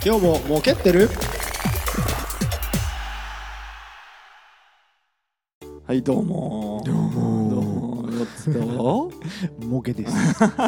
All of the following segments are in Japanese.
今日も儲けってる？はいどうもどうもどうもよっつと儲けです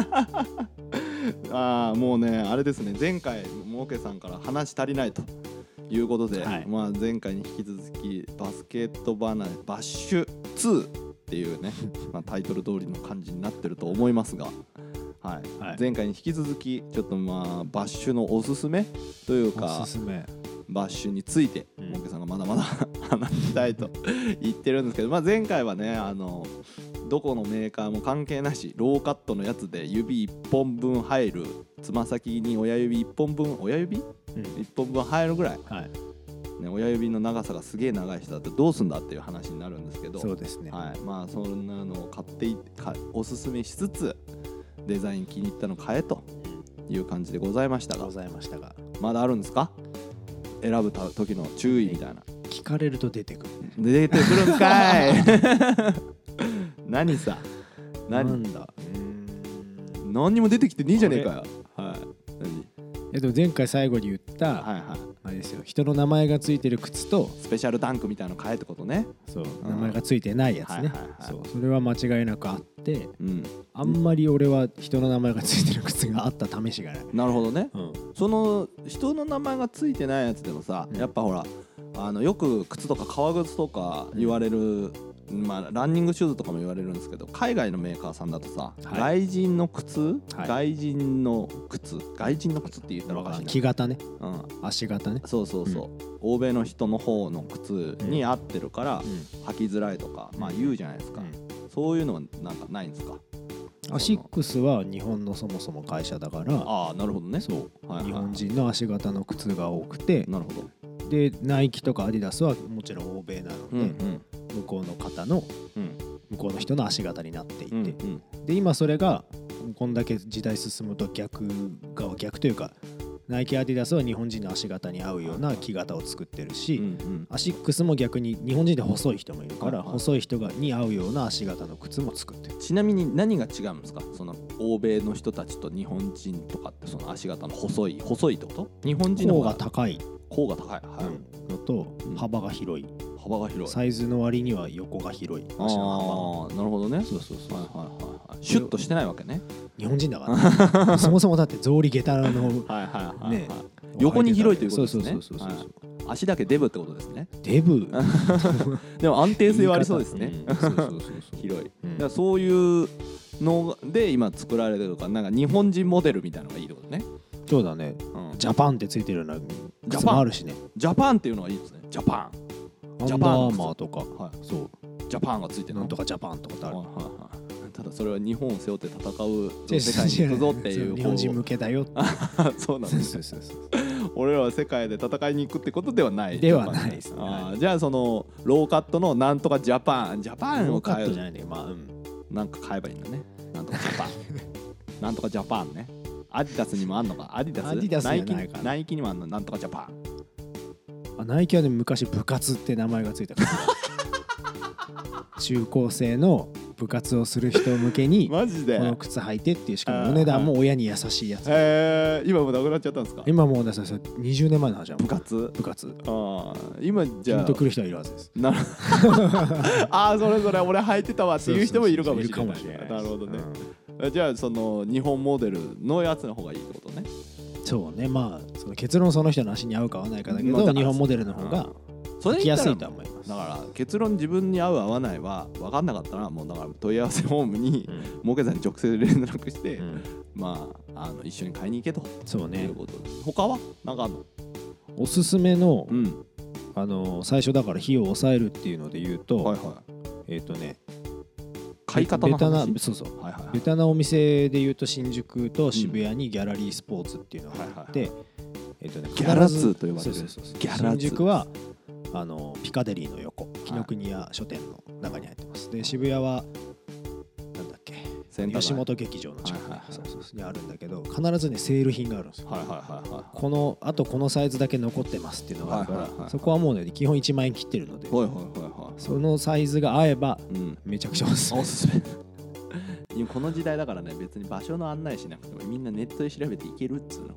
もうねあれですね、前回儲けさんから話足りないということで、 はい前回に引き続きバスケットバッシュ2っていうねタイトル通りの感じになってると思いますが、はい前回に引き続きちょっとバッシュのおすすめというかおすすめバッシュについて儲けさんがまだまだ話したいと言ってるんですけど、前回はねどこのメーカーも関係なしローカットのやつで指1本分入る、つま先に親指1本分1本分入るぐらい、ね、親指の長さがすげえ長い人だってどうすんだっていう話になるんですけど、 そうですね、 そんなのを買っておすすめしつつデザイン気に入ったの買えという感じでございましたが、まだあるんですか？選ぶ時の注意みたいな。 聞かれると出てくる。 出てくるんかい何さなんだ何にも出てきてねえじゃねえかよ。 でも前回最後に言った、あれですよ、人の名前がついてる靴とスペシャルダンクみたいなの買えってことね。 そう、名前がついてないやつね。それは間違いなくあって、あんまり俺は人の名前がついてる靴があった試しがない。 なるほどね、その人の名前がついてないやつでもさ、やっぱほらよく靴とか革靴とか言われる、ランニングシューズとかも言われるんですけど、海外のメーカーさんだとさ、外人の靴、外人の靴って言ったらおかしいな、 木型ね、足型ね、 そう、欧米の人の方の靴に合ってるから履きづらいとか言うじゃないですか、そういうのはなんかないんですか？ アシックスは日本のそもそも会社だから、 なるほどね。 そう、日本人の足型の靴が多くて、 なるほど。 でナイキとかアディダスはもちろん欧米なので、向こうの方の、向こうの人の足型になっていて、で今それがこんだけ時代進むと逆というか、ナイキアディダスは日本人の足型に合うような木型を作ってるし、アシックスも逆に日本人で細い人もいるから、細い人に合うような足型の靴も作ってる。 ちなみに何が違うんですか？その欧米の人たちと日本人とかって、その足型の細いってこと？日本人の方が高いのと、幅が広い、サイズの割には横が広い足の幅。なるほどね。そう、シュッとしてないわけね、 日本人だからそもそもだって草履下駄の横に広いということですね。 そう足だけデブってことですね。 デブでも安定性はありそうですね。広い。だからそういうので今作られてるとか、なんか日本人モデルみたいなのがいいってことね。 そうだね、ジャパンってついてるような靴もあるしね。 ジャパンっていうのがいいですね。ジャパンアンダーマーとか、 そうジャパンがついてるのなんとかジャパンとかってある。 ただそれは日本を背負って戦う世界に行くぞっていう、 日本人向けだよそうなんです。俺らは世界で戦いに行くってことではないではないですね。 じゃあそのローカットのなんとかジャパンをローカットじゃないね、 なんか買えばいいんだね。なんとかジャパンなんとかジャパンね。アディダスにもあんのか？アディダスナイキにもあんの？なんとかジャパン。 ナイキはね、昔部活って名前がついたから中高生の部活をする人向けにマジでこの靴履いてっていう、しかもお値段も親に優しいやつ。 今もなくなっちゃったんですか？ 今もうだ20年前の話じゃん。部活今じゃあピンとくる人はいるはずです。 なるそれ俺履いてたわっていう人もいるかもしれない。なるほどね。じゃあその日本モデルのやつの方がいいってことね。 そうね、その結論その人の足に合うか合わないかだけど、日本モデルの方が履きやすいとは思います。 だから結論自分に合う合わないは分かんなかったら、もうだから問い合わせフォームに儲けさんに直接連絡して、一緒に買いに行けと。そうね。いうことで、他はなんかあるの？ おすすめの、最初だから費用を抑えるっていうので言うと、 買い方の話。 ベタなお店で言うと新宿と渋谷にギャラリースポーツっていうのがあって、 ギャラツーと呼ばれる。 新宿はピカデリーの横、紀ノ国屋書店の中に入ってます。で渋谷はなんだっけ、吉本劇場の近くにあるんだけど、必ずねセール品があるんですよ。あとこのサイズだけ残ってますっていうのがあるから、そこはもうね基本1万円切ってるので、そのサイズが合えばめちゃくちゃおすすめ。 この時代だからね、別に場所の案内しなくてもみんなネットで調べていけるっつうの。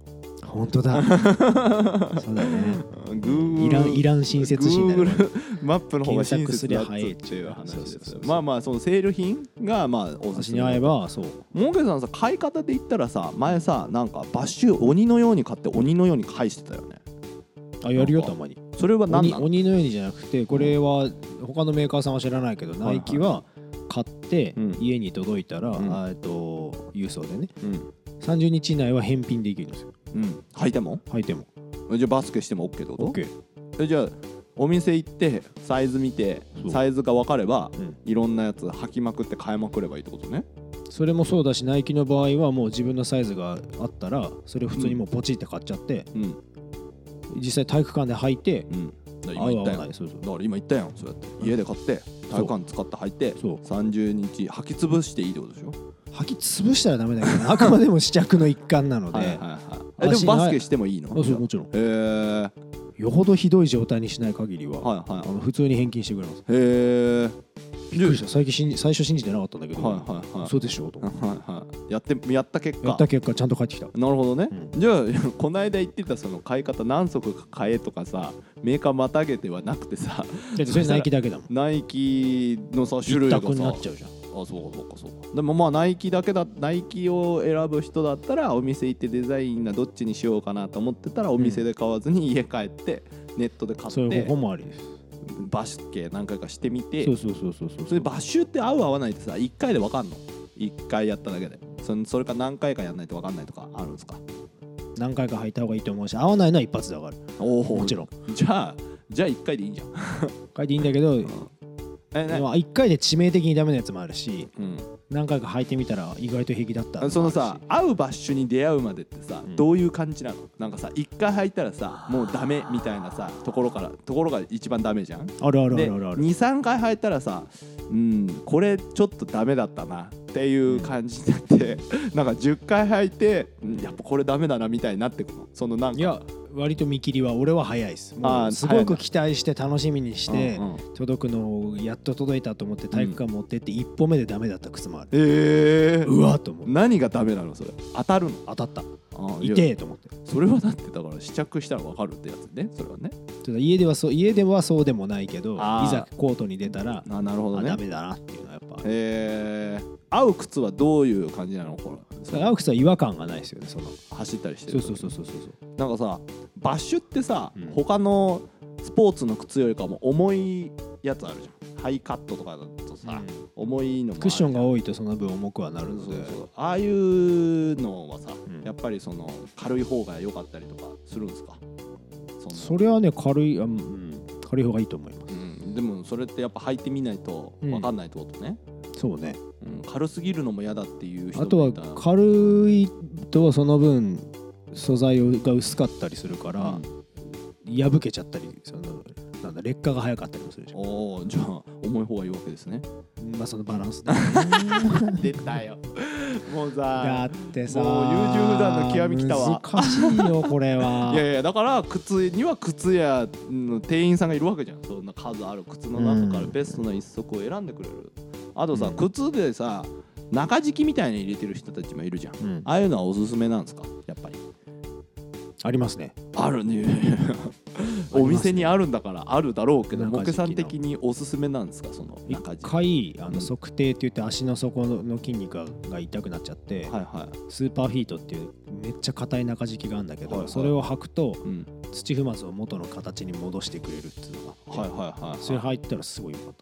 本当だそうだね。いらん親切心だよね。 Google マップの方が親切だっつっていう話ですよ。まあまあそのセール品がまあおすすめ。 に合えばそう。 モンケさんさ、買い方で言ったらさ、前さなんかバッシュ鬼のように買って鬼のように返してたよね。 あ、やるよたまに。 それは何なの？ 鬼のようにじゃなくて、これは他のメーカーさんは知らないけど、ナイキは買って家に届いたら、郵送でね、30日以内は返品できるんですよ。 履いても？履いても。じゃあバスケしても OK ってこと？ OK。じゃあお店行ってサイズ見て、サイズが分かれば、いろんなやつ履きまくって買いまくればいいってことね。 それもそうだし、ナイキの場合はもう自分のサイズがあったらそれを普通にもうポチって買っちゃって、実際体育館で履いて、 今言ったやん。だから今言ったやん。そうやって家で買って体育館使って履いて30日履き潰していいってことでしょ。 履き潰したらダメだけど、あくまでも試着の一環なので。 でもバスケしてもいいの？ そうもちろん。よほどひどい状態にしない限りは普通に返金してくれます。 へえ。 びっくりした。最初信じてなかったんだけど、そうでしょうと。 やった結果ちゃんと返ってきた。 なるほどね。じゃあこの間言ってたその買い方何足か買えとかさ、メーカーまたげてはなくてさ、 それナイキだけだもん。 ナイキのさ種類がさ、 一択になっちゃうじゃん。 そうか。でもまあナイキを選ぶ人だったらお店行ってデザインがどっちにしようかなと思ってたら、お店で買わずに家帰ってネットで買って、 そういう方法もありです。 バッシュ系何回かしてみて、 そうそれバッシュって合う合わないってさ、1回で分かんの？1回やっただけでそれか何回かやんないと分かんないとかあるんですか？ 何回か履いた方がいいと思うし、合わないのは一発で分かる。もちろん。 じゃあ1回でいいんじゃん。 1回でいいんだけど、1回で致命的にダメなやつもあるし、何回か履いてみたら意外と平気だった。 そのさ、合うバッシュに出会うまでってさ、どういう感じなの？なんかさ、1回履いたらさもうダメみたいなさところが一番ダメじゃん。 ある。 で 2,3 回履いたらさ、これちょっとダメだったなっていう感じになって、なんか10回履いてやっぱこれダメだなみたいになってくの。そのなんか、 いや割と見切りは俺は早いです。もうすごく期待して楽しみにして届くのをやっと届いたと思って体育館持ってって一歩目でダメだった靴もある。うわっと思って。 何がダメなのそれ？当たるの？ 当たった。痛えと思って。 それはだってだから試着したら分かるってやつね。それはね。 家ではそうでもないけど、いざコートに出たらなるほどね、 ダメだなっていうのはやっぱ。 合う靴はどういう感じなの？ 合う靴は違和感がないですよね。 走ったりしてる。そう。なんかさ、バッシュってさ、他のスポーツの靴よりかも重いやつあるじゃん。ハイカットとかだとさ、重いのもクッションが多いとその分重くはなるので、 ああいうのはさ、やっぱりその軽い方が良かったりとかするんですか？ それはね、軽い方がいいと思います。 でもそれってやっぱ履いてみないと分かんないってことね。 そうね。 軽すぎるのも嫌だっていう人もいた。 あとは軽いとその分素材が薄かったりするから、破けちゃったり、劣化が早かったりもするじゃん。 じゃあ重い方がいいわけですね。 そのバランスで出たよ。もうさ、 だってさ、 もう優柔不断の極みきたわ。 難しいよこれは。 いやだから靴には靴屋の店員さんがいるわけじゃん。そんな数ある靴の中からベストな一足を選んでくれる。あとさ、靴でさ中敷きみたいに入れてる人たちもいるじゃん。ああいうのはおすすめなんですか？やっぱりありますね。 あるね。お店にあるんだからあるだろうけど、モケさん的におすすめなんですか？その中敷き。 一回測定って言って足の底の筋肉が痛くなっちゃって、スーパーフィートっていうめっちゃ硬い中敷きがあるんだけど、それを履くと土踏まずを元の形に戻してくれるっていうのがあって、それ履いたらすごいよかった。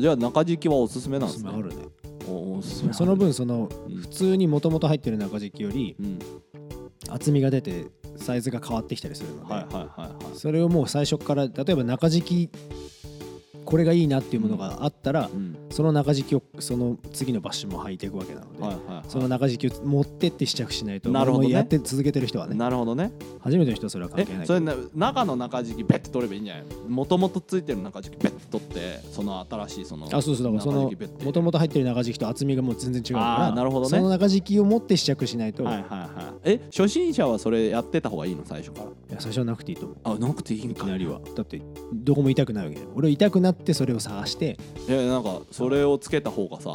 じゃあ中敷きはおすすめなんですね。 あるね。その分普通にもともと入ってる中敷きより厚みが出てサイズが変わってきたりするので、それをもう最初から例えば中敷きこれがいいなっていうものがあったら、その中敷きをその次のバッシュも履いていくわけなので、その中敷きを持ってって試着しないと。なるほどね。やって続けてる人はね。 なるほどね。 初めての人はそれは関係ない。 それ中の中敷きベッて取ればいいんじゃないの？もともとついてる中敷きベッて取ってその新しいそのそうだからそのもともと入ってる中敷きと厚みがもう全然違うから、 なるほどね。 その中敷きを持って試着しないと。 初心者はそれやってた方がいいの？最初から。いや最初はなくていいと思う。 なくていいんか。いきなりは。 だってどこも痛くないわけで。俺痛くなってそれを探して。 なんかそれをつけた方がさ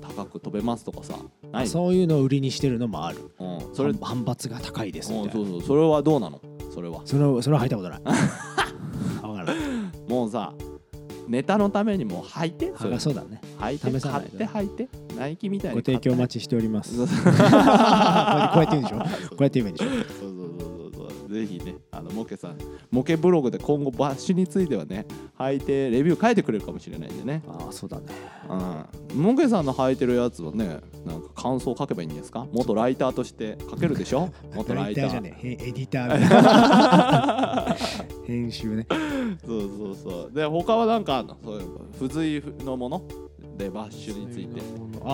高く飛べますとかさないの？ そういうのを売りにしてるのもある。 それ反発が高いですみたいな。 そうそれはどうなの？それは履いたことない。分からない。 もうさネタのためにも履いて、 そうだね。 履いて買って履いて、ナイキみたいにご提供お待ちしております。こうやって言うんでしょ。こうやって言えばいいんでしょ。 そうぜひね、モケさんモケブログで今後バッシュについてはね履いてレビュー書いてくれるかもしれないんでね。 ああそうだね。 モケさんの履いてるやつはねなんか感想書けばいいんですか？元ライターとして書けるでしょ。元ライターじゃねえ、エディター編集ね。 そうで他はなんかあるの？そういう付随のものでバッシュについて。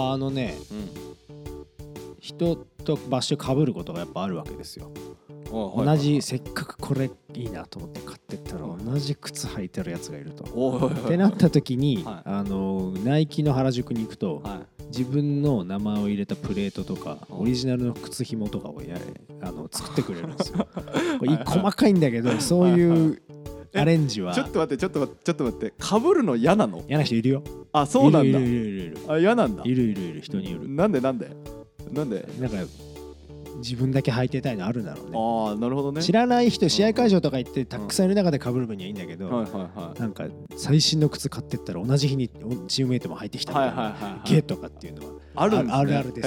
人とバッシュ被ることがやっぱあるわけですよ。同じせっかくこれいいなと思って買ってったら同じ靴履いてるやつがいると。ってなった時にナイキの原宿に行くと自分の名前を入れたプレートとかオリジナルの靴紐とかを作ってくれるんですよ。これ細かいんだけどそういうアレンジは。 ちょっと待って被るの嫌なの？ 嫌な人いるよ。 あ、そうなんだ。 いる。 嫌なんだ。 いる人による。 なんでなんか自分だけ履いてたいのあるだろうね。 ああ、なるほどね。 知らない人、試合会場とか行ってたくさんいる中で被る分にはいいんだけど、なんか最新の靴買ってったら同じ日にチームメイトも履いてきたみたいなゲーとかっていうのはあるんですね。 あるあるです。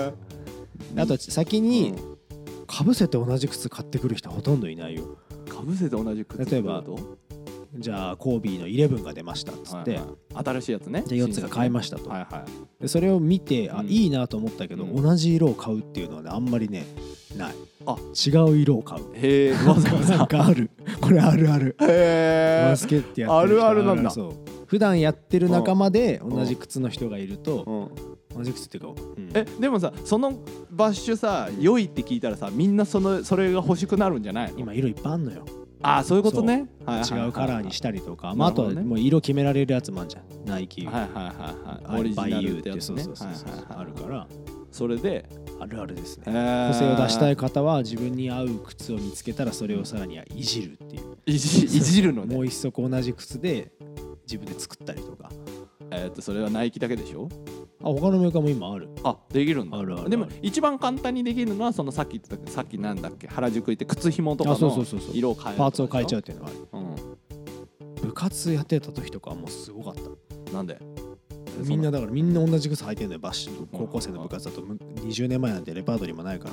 あと先に被せて同じ靴買ってくる人ほとんどいないよ。 被せて同じ靴。 例えばじゃあコービーの11が出ましたっつって、 新しいやつね。 じゃあ4つが買いましたと。でそれを見ていいなと思ったけど、同じ色を買うっていうのはねあんまりねない。違う色を買う。 へえ、なんかある。これあるある。バスケってやってる人あるなんだ。 そう。普段やってる仲間で同じ靴の人がいると、同じ靴っていうか、 でもさそのバッシュさ良いって聞いたらさみんなそれが欲しいなるんじゃないの？ 今色いっぱいあんのよ。 ああそういうことね。 違うカラーにしたりとか、あとはもう色決められるやつもあるじゃん。ナイキオリジナルってやつね。 あるからそれであるあるですね。個性を出したい方は自分に合う靴を見つけたらそれをさらにいじるっていう。 いじるのね。 もう一足同じ靴で自分で作ったりとか。 それはナイキだけでしょ？ 他のメーカーも今ある。 できるんだ。 ある。 でも一番簡単にできるのはそのさっきなんだっけ原宿行って靴紐とかの色を変える。 パーツを変えちゃうっていうのがある。部活やってた時とかはもうすごかった。 なんで？ みんな同じ靴履いてるのよ。バッシュ高校生の部活だと20年前なんてレパートリーもないから、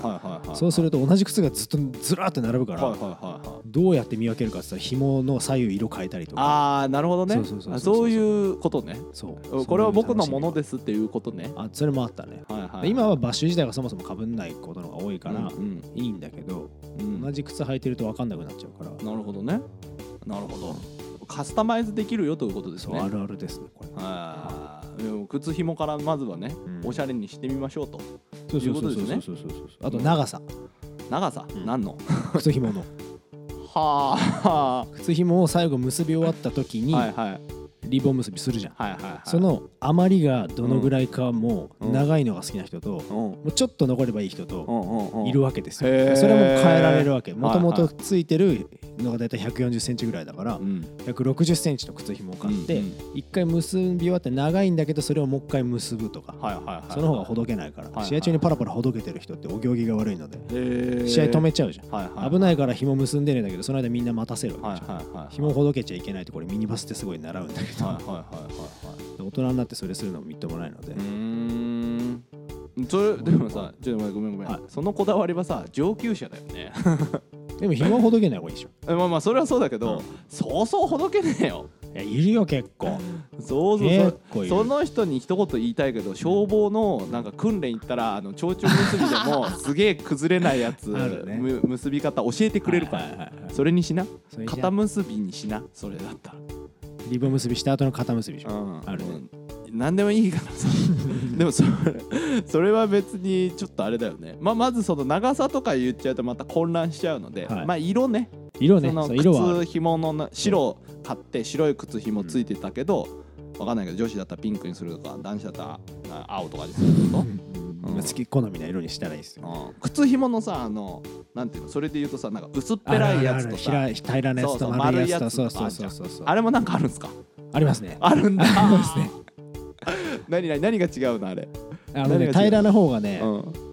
そうすると同じ靴がずっとずらーって並ぶから、どうやって見分けるかって言ったら紐の左右色変えたりとか。 ああなるほどね。そういうことね。 そうこれは僕のものですっていうことね。 それもあったね。今はバッシュ自体がそもそも被んないことの方が多いからいいんだけど、同じ靴履いてると分かんなくなっちゃうから。 なるほどね。なるほど。カスタマイズできるよということですね。 あるあるですねこれ。 靴紐からまずはね、おしゃれにしてみましょうということですね。 あと長さ何の靴紐の靴紐を最後結び終わった時にリボン結びするじゃん。その余りがどのぐらいかも長いのが好きな人ともうちょっと残ればいい人といるわけですよ。それも変えられるわけ。もともとついてるのがだいたい140センチぐらいだから160センチの靴紐を買って一回結び終わって長いんだけどそれをもう一回結ぶとか、その方がほどけないから。試合中にパラパラほどけてる人ってお行儀が悪いので試合止めちゃうじゃん。危ないから紐結んでるんだけどその間みんな待たせるわけじゃん。紐ほどけちゃいけないってこれミニバスってすごい習うんだけど、大人になってそれするのもみっともないので。 それでもさごめん、そのこだわりはさ上級者だよね。 でも紐ほどけない方がいいでしょ。 まあそれはそうだけど、そうそうほどけねえよ。 いやいるよ結構。 その人に一言言いたいけど、消防のなんか訓練行ったら蝶々結びでもすげえ崩れないやつ結び方教えてくれるから、それにしな。肩結びにしな。それだったらリボン結びした後の肩結びでしょ。あるね。 何でもいいからさ。でもそれは別にちょっとあれだよね。まずその長さとか言っちゃうとまた混乱しちゃうので、色ね。その靴紐の白買って白い靴紐ついてたけど、わかんないけど女子だったらピンクにするとか男子だったら青とかにすると好き好みな色にしたらいいですよ。 靴紐のさなんていうの、それで言うとさなんか薄っぺらいやつとさ平らなやつと丸いやつとあれもなんかあるんですか？ ありますね。 あるんだ。 何が違うのあれ。 平らな方がね、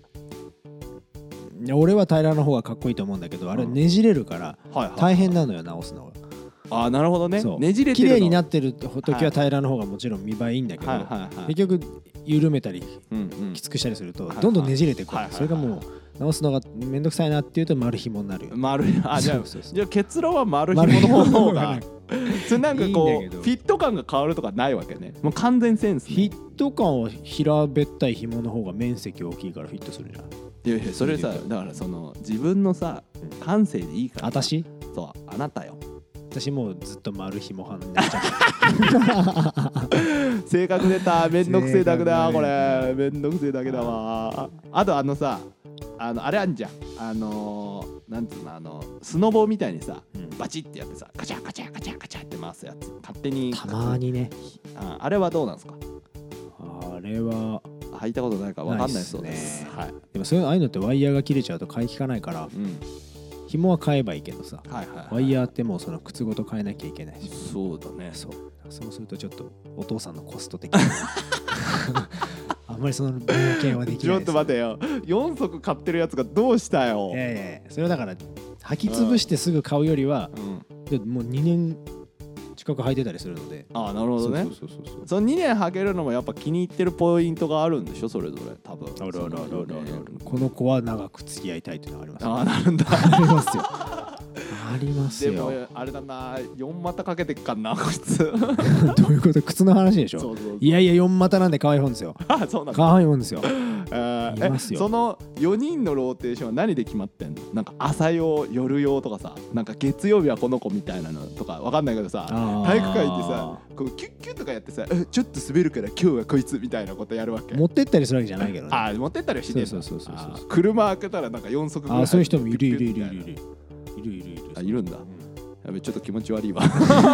うん、 いや俺は平らな方がかっこいいと思うんだけど、あれねじれるから大変なのよ、直すのが。 ああなるほどね。ねじれてるの綺麗になってる時は平らな方がもちろん見栄えいいんだけど、結局緩めたりきつくしたりするとどんどんねじれてくる。それがもう直すのがめんどくさいなっていうと丸紐になるよ。 じゃあ結論は丸紐の方がそれなんかこうフィット感が変わるとかないわけね。もう完全センス、ね、 フィット感は平べったい紐の方が面積大きいからフィットするじゃん。 いやそれさ、だからその自分のさ感性でいいから。 私？ そうあなたよ。 私もうずっと丸紐派になっちゃう性格出た。めんどくせえだけだこれ。めんどくせえだけだわ。あとさあれあんじゃん。なんつうのスノボみたいにさ、バチってやってさカチャカチャカチャカチャって回すやつ勝手に。 たまにね。 あれはどうなんですか？ あれは履いたことないから分かんないそうです。はい。 でもそういうああいうのってワイヤーが切れちゃうと買い効かないから、紐は買えばいいけどさ、ワイヤーってもうその靴ごと買えなきゃいけないし。 そうだね。 そうするとちょっとお父さんのコスト的にあんまりその冒険はできないです。 ちょっと待てよ。4足買ってるやつがどうしたよ。 それはだから履き潰してすぐ買うよりは、もう2年近く履いてたりするので。 ああなるほどね。その2年履けるのもやっぱ気に入ってるポイントがあるんでしょ、それぞれ多分。 あるこの子は長く付き合いたいっていうのがあります。 ああなるんだ。 ありますよ。ありますよ。 でもあれだな、4股かけてっかんなこいつ。どういうこと？靴の話でしょ。いや4股なんで可愛い本ですよ。 あそうなんだ。 可愛い本ですよ。 いますよ。その4人のローテーションは何で決まってんの？なんか朝用夜用とかさ、なんか月曜日はこの子みたいなのとかわかんないけどさ、体育会ってさこうキュッキュッとかやってさ、ちょっと滑るから今日はこいつみたいなことやるわけ。 持ってったりするわけじゃないけどね。 持ってったりはしてる。そう。 車開けたらなんか4足ぐらい。 そういう人もいる。いるんだ。 やべちょっと気持ち悪いわ。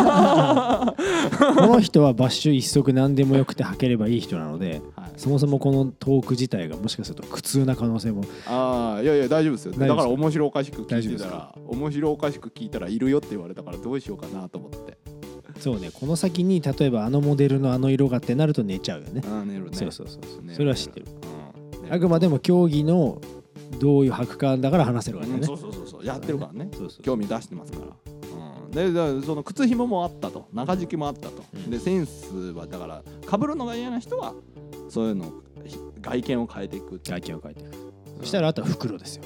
この人はバッシュ一足何でもよくて履ければいい人なので、そもそもこのトーク自体がもしかすると苦痛な可能性も。 いや大丈夫ですよ。だから面白おかしく聞いたらいるよって言われたからどうしようかなと思って。 そうね、この先に例えばあのモデルのあの色がってなると寝ちゃうよね。 寝るね。 そうそれは知ってる。あくまでも競技のどういう履くかだから話せるわけね。 そうやってるからね。興味出してますから。でその靴紐もあったと、中敷きもあったと。でセンスはだから被るのが嫌な人はそういうの外見を変えていく。そしたらあとは袋ですよ。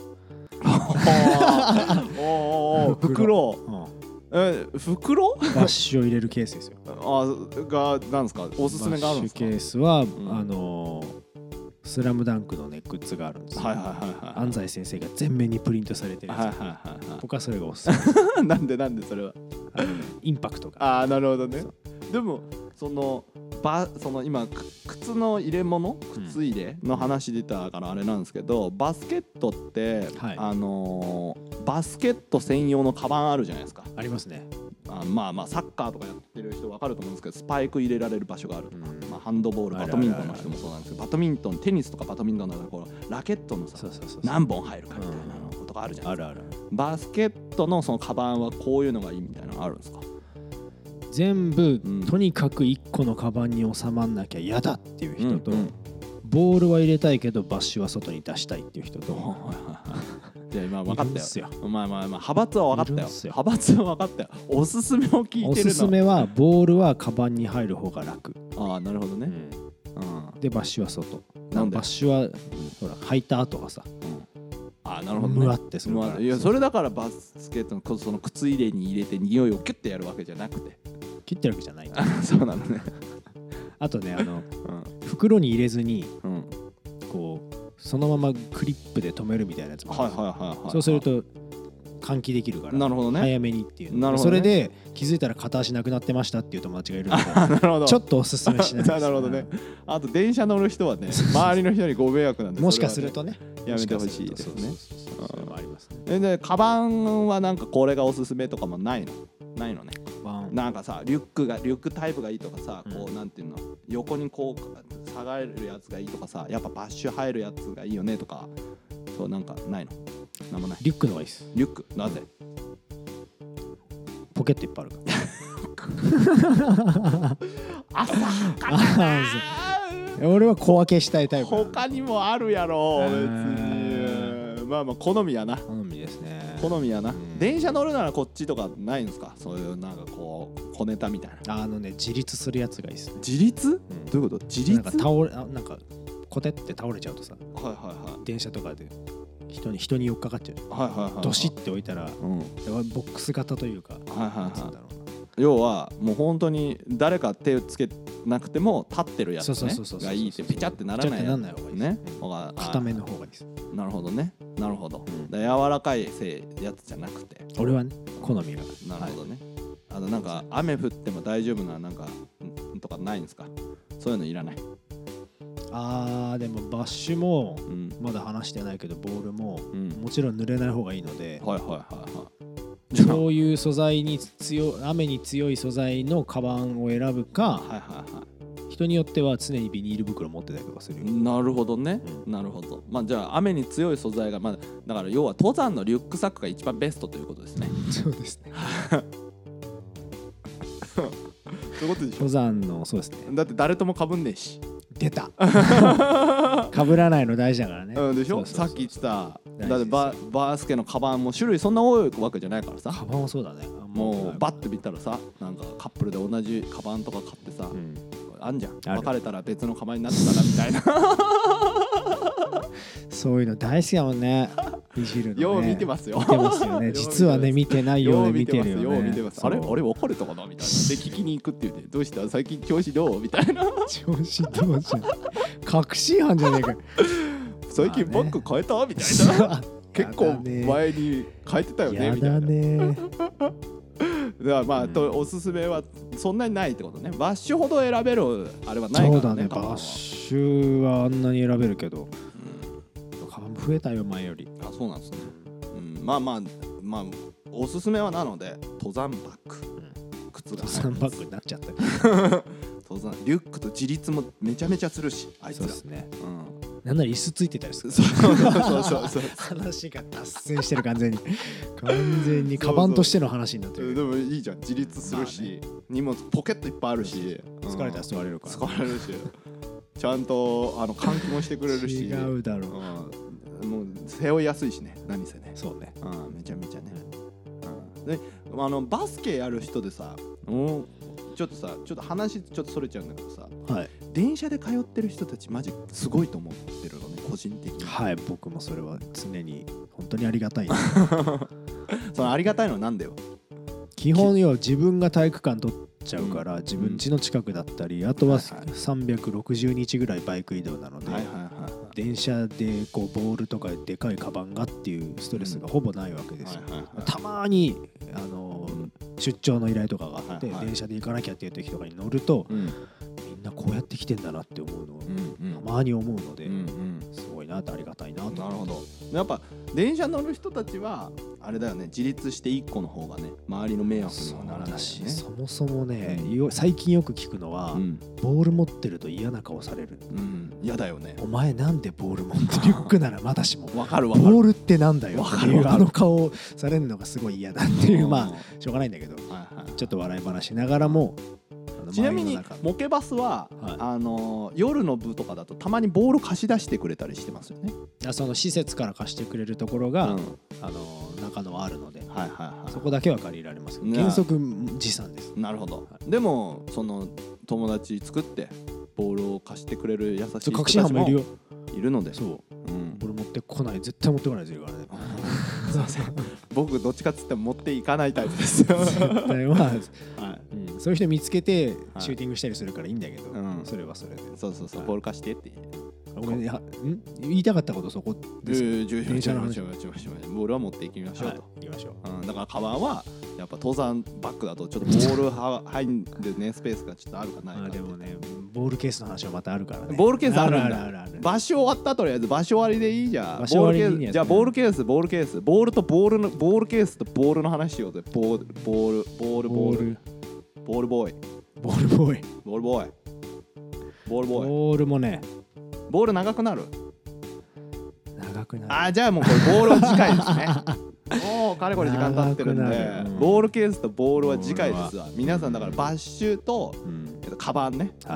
袋。袋？ バッシュを入れるケースですよ。 なんですか？おすすめがあるんですか？ バッシュケースはスラムダンクのねグッズがあるんですよ。安西先生が全面にプリントされてるやつ。僕はそれがおすすめ。 なんでそれは？ インパクトが。 なるほどね。でもその今靴の入れ物、靴入れの話出たからあれなんですけど、バスケットってバスケット専用のカバンあるじゃないですか。 ありますね。 サッカーとかやってる人分かると思うんですけど、スパイク入れられる場所があるとか、ハンドボール、バドミントンの人もそうなんですけど、バドミントン、テニスとかバドミントンのラケットのさ何本入るかみたいなことがあるじゃないですか。バスケットのそのカバンはこういうのがいいみたいなのあるんですか？ 全部、とにかく1個のカバンに収まんなきゃ嫌だっていう人と、ボールは入れたいけどバッシュは外に出したいっていう人と。 いや今分かったよ。派閥は分かったよ。おすすめを聞いてるの。おすすめはボールはカバンに入る方が楽。 なるほどね。 でバッシュは外。バッシュはほら履いた後がさ。 なるほどね。 むわってするから。 いやそれだからバスケットのその靴入れに入れて匂いをキュッてやるわけじゃなくて。 切ってるわけじゃない。 そうなのね。 あとね袋に入れずにこうそのままクリップで留めるみたいなやつもある。そうすると換気できるから早めにっていう。それで気づいたら片足なくなってましたっていう友達がいるのでちょっとおすすめしないです。 なるほどね。あと電車乗る人はね、周りの人にご迷惑なんでもしかするとねやめてほしいですね。でカバンはなんかこれがおすすめとかもないのね。なんかさリュックタイプがいいとかさ、こうなんていうの横にこう下がれるやつがいいとかさ、やっぱバッシュ入るやつがいいよねとか、そうなんかないの？なんもない。 リュックのがいいです。 リュックなぜ？ ポケットいっぱいあるから。 浅かったな。 俺は小分けしたいタイプ。 他にもあるやろ別に。まあまあ好みやな。 好みですね。 好みやな。電車乗るならこっちとかないんですか？そういうなんかこう小ネタみたいな。 自立するやつがいいですね。 自立？どういうこと？自立？ なんかコテって倒れちゃうとさ、 はいはいはい。 電車とかで人に寄っかかっちゃう。 はいはいはい。 ドシって置いたら、ボックス型というか、 はいはいはい。要はもう本当に誰か手をつけなくても立ってるやつねがいいって、ピチャってならないやつね。 固めの方がいいです。 なるほどね。なるほど。柔らかいやつじゃなくて。 俺はね、好みが。 なるほどね。なんか雨降っても大丈夫ななんかとかないんですか？そういうのいらない。 でもバッシュもまだ話してないけど、ボールももちろん濡れない方がいいので、 はいはいはいはい。 そういう素材に雨に強い素材のカバンを選ぶか、人によっては常にビニール袋持ってたりとかする。 なるほどね、なるほど。まあじゃあ雨に強い素材が、だから要は登山のリュックサックが一番ベストということですね。 そうですね。 そういうことでしょ。 登山のそうですね。 だって誰とも被んねえし。 出た。被らないの大事だからね。 でしょ。さっき言ってた。だってバースケのカバンも種類そんな多いわけじゃないからさ。 カバンはそうだね。 もうバッて見たらさ、なんかカップルで同じカバンとか買ってさ、あんじゃん。別れたら別のカバンになってたらみたいな。 そういうの大好きだもんね。いじるのね。 よう見てますよ。 見てますよね。実はね見てないようで見てるよね。 よう見てます。あれ別れたかなみたいな。で聞きに行くって言って、どうした最近調子どうみたいな。 調子どうじゃん。確信犯じゃねえか。 最近バッグ変えたみたいな。結構前に変えてたよねみたいな。ね。だからおすすめはそんなにないってことね。バッシュほど選べるあれはないからね。 そうだね。バッシュはあんなに選べるけど、カバン増えたよ前より。 あ、そうなんですね。まあおすすめはなので登山バッグ、靴が登山バッグになっちゃった。 登山リュックと自立もめちゃめちゃするし、あいつら。そうですね。なんなら椅子ついてたりする。 そう話が脱線してる完全にカバンとしての話になってる。 でもいいじゃん、自立するし、荷物ポケットいっぱいあるし、 疲れたら座れるから。 疲れるし、ちゃんと換気もしてくれるし。 違うだろう。 もう背負いやすいしね、何せね。 そうね。 めちゃめちゃね。で、バスケやる人でさ、ちょっと話ちょっとそれちゃうんだけどさ、電車で通ってる人たちマジすごいと思ってるのね、個人的に。 はい、僕もそれは常に本当にありがたい。 そのありがたいのはなんだよ。 基本要は自分が体育館取っちゃうから、自分家の近くだったり、あとは360日ぐらいバイク移動なので、電車でこうボールとかでかいカバンがっていうストレスがほぼないわけですよ。たまに出張の依頼とかがあって、電車で行かなきゃっていう時とかに乗ると、みんなこうやって来てんだなって思うのをたまに思うので、すごいなってありがたいなと。 なるほど。やっぱ電車乗る人たちはあれだよね、自立して1個の方がね、周りの迷惑にはならないしね。 そもそもね、最近よく聞くのは、ボール持ってると嫌な顔される。 嫌だよね。 お前なんでボール持ってリュックならまだしもわかるボールってなんだよっていうあの顔されるのがすごい嫌だっていう、まあしょうがないんだけど、ちょっと笑い話しながらも。 ちなみにモケバスは、夜の部とかだとたまにボール貸し出してくれたりしてますよね。 その施設から貸してくれるところが、中野はあるので、そこだけは借りられます。原則持参です。 なるほど。でもその友達作ってボールを貸してくれる優しい人たちもいるので、 そう、ボール持ってこない、絶対持ってこないですよからね。 僕どっちかっつっても持っていかないタイプですよ。絶対はそういう人見つけてシューティングしたりするからいいんだけど、それはそれで。 そうボール貸してって言いたかったことそこです。電車の話。 ボールは持っていきましょうと。 行きましょう。 だからカバンはやっぱ登山バッグだとちょっとボール入るねスペースがちょっとあるかないか。 でもね、ボールケースの話はまたあるからね。 ボールケースあるんだ。場所終わったとりあえず場所終わりでいいじゃん。じゃあボールケースボールケースボールとボールのボールケースとボールの話しようぜ。ボールボールボールボールボールボーイボールボーイボールボーイボールボーイボールもね、 ボール長くなる。じゃあもうこれボールは次回ですね。もうかれこれ時間経ってるんで、ボールケースとボールは次回ですわ。皆さんだからバッシュとカバンね、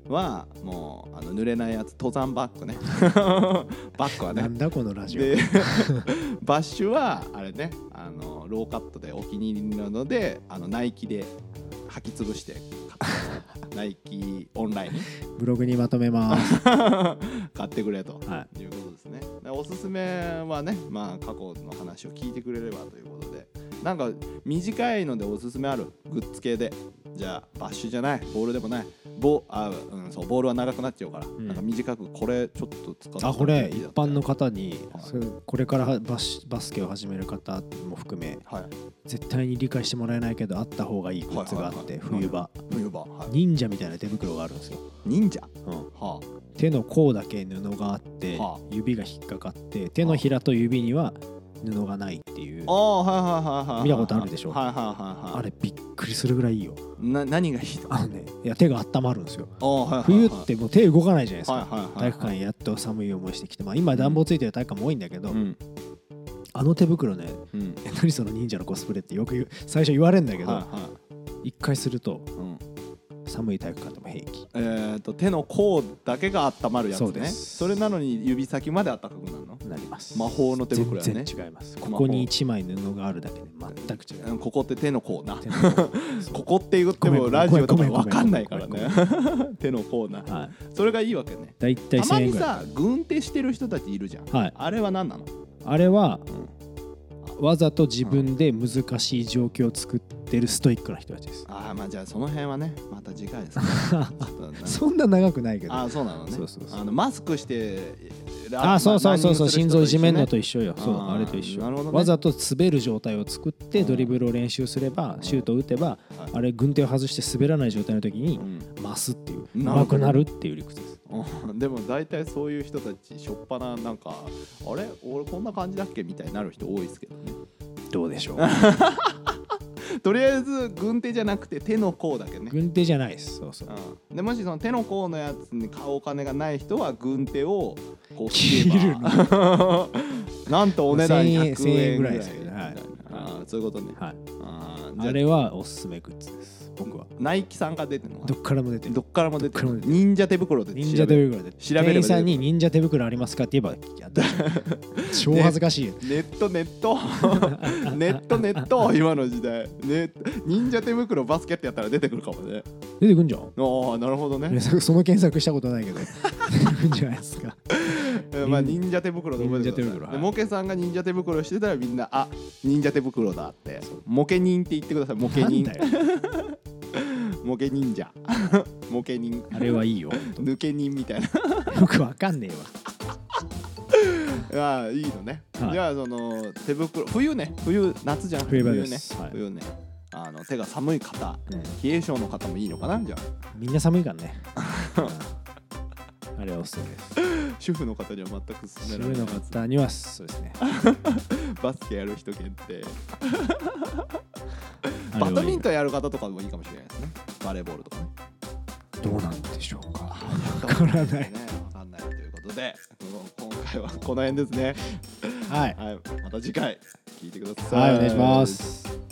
はもう濡れないやつ、登山バッグねバッグはね、 なんだこのラジオ。 でバッシュはあれね、ローカットでお気に入りなのでナイキで履き潰してナイキオンラインブログにまとめます買ってくれと、 はい、 いうことですね。おすすめはね、まあ過去の話を聞いてくれればということで、なんか短いのでおすすめあるグッズ系で、じゃあバッシュじゃない、ボールでもない、そうボールは長くなっちゃうから、なんか短くこれちょっと使って、 これ一般の方に、これからバスケを始める方も含め、絶対に理解してもらえないけどあった方がいいグッズがあって、冬場、忍者みたいな手袋があるんですよ。 忍者、 手の甲だけ布があって、指が引っかかって、手のひらと指には布がないっていう。見たことあるでしょ。あれびっくりするぐらいいいよ。 何がいいの？ いや、手が温まるんですよ。冬ってもう手動かないじゃないですか。体育館やっと寒い思いしてきて、今暖房ついてる体育館も多いんだけど、あの手袋ね、何その忍者のコスプレってよく最初言われるんだけど、一回すると寒い体育館でも平気。 手の甲だけが温まるやつね。それなのに指先まで温かくなるの？ なります。 魔法の手袋やね。 全然違います。ここに1枚布があるだけで全く違う。 ここって手の甲な。ここって言ってもラジオとか分かんないからね。手の甲な。それがいいわけね。 だいたいたまにさ、軍手してる人たちいるじゃん。あれは何なの？ あれはわざと自分で難しい状況を作ってるストイックな人たちです。 まあじゃあその辺はね、また次回ですね。 そんな長くないけど。 そうなのね。マスクしてそう心臓いじめんのと一緒よ。あれと一緒。わざと滑る状態を作ってドリブルを練習すれば、シュートを打てば、あれ軍手を外して滑らない状態の時に増すっていう、上手くなるっていう理屈です。 でも大体そういう人たちしょっぱな、なんかあれ俺こんな感じだっけみたいになる人多いですけどね。 どうでしょうとりあえず軍手じゃなくて手の甲だけね。 軍手じゃないです。 でもしその手の甲のやつに買うお金がない人は軍手をこう切るのなんとお値段100円ぐらいですけどね。 そういうことね。 あれはおすすめグッズです。僕はナイキさんが出てるの？ どっからも出てる。 忍者手袋で忍者手袋で調べれば、店員さんに忍者手袋ありますかって言えば超恥ずかしいよ。 ネット今の時代忍者手袋バスケットやったら出てくるかもね。 出てくんじゃん。 なるほどね。 その検索したことないけど出てくんじゃないですか。 忍者手袋で覚えてください。モケさんが忍者手袋してたらみんな忍者手袋だってモケ忍って言ってください。モケ忍モケ忍者モケ忍、 あれはいいよ。 抜け忍みたいなよくわかんねえわ。いいのね。じゃあその手袋、冬夏じゃん。冬ね。手が寒い方、冷え性の方もいいのかな。じゃあみんな寒いからねあれはおすすめです。 主婦の方には全く勧められない。 主婦の方にはそうですねバスケやる人限定バドミントンやる方とかもいいかもしれないですね。バレーボールとかね。 どうなんでしょうか。わからないね。わかんないということで、今回はこの辺ですね。 はい。 また次回聞いてください。 はい、お願いします。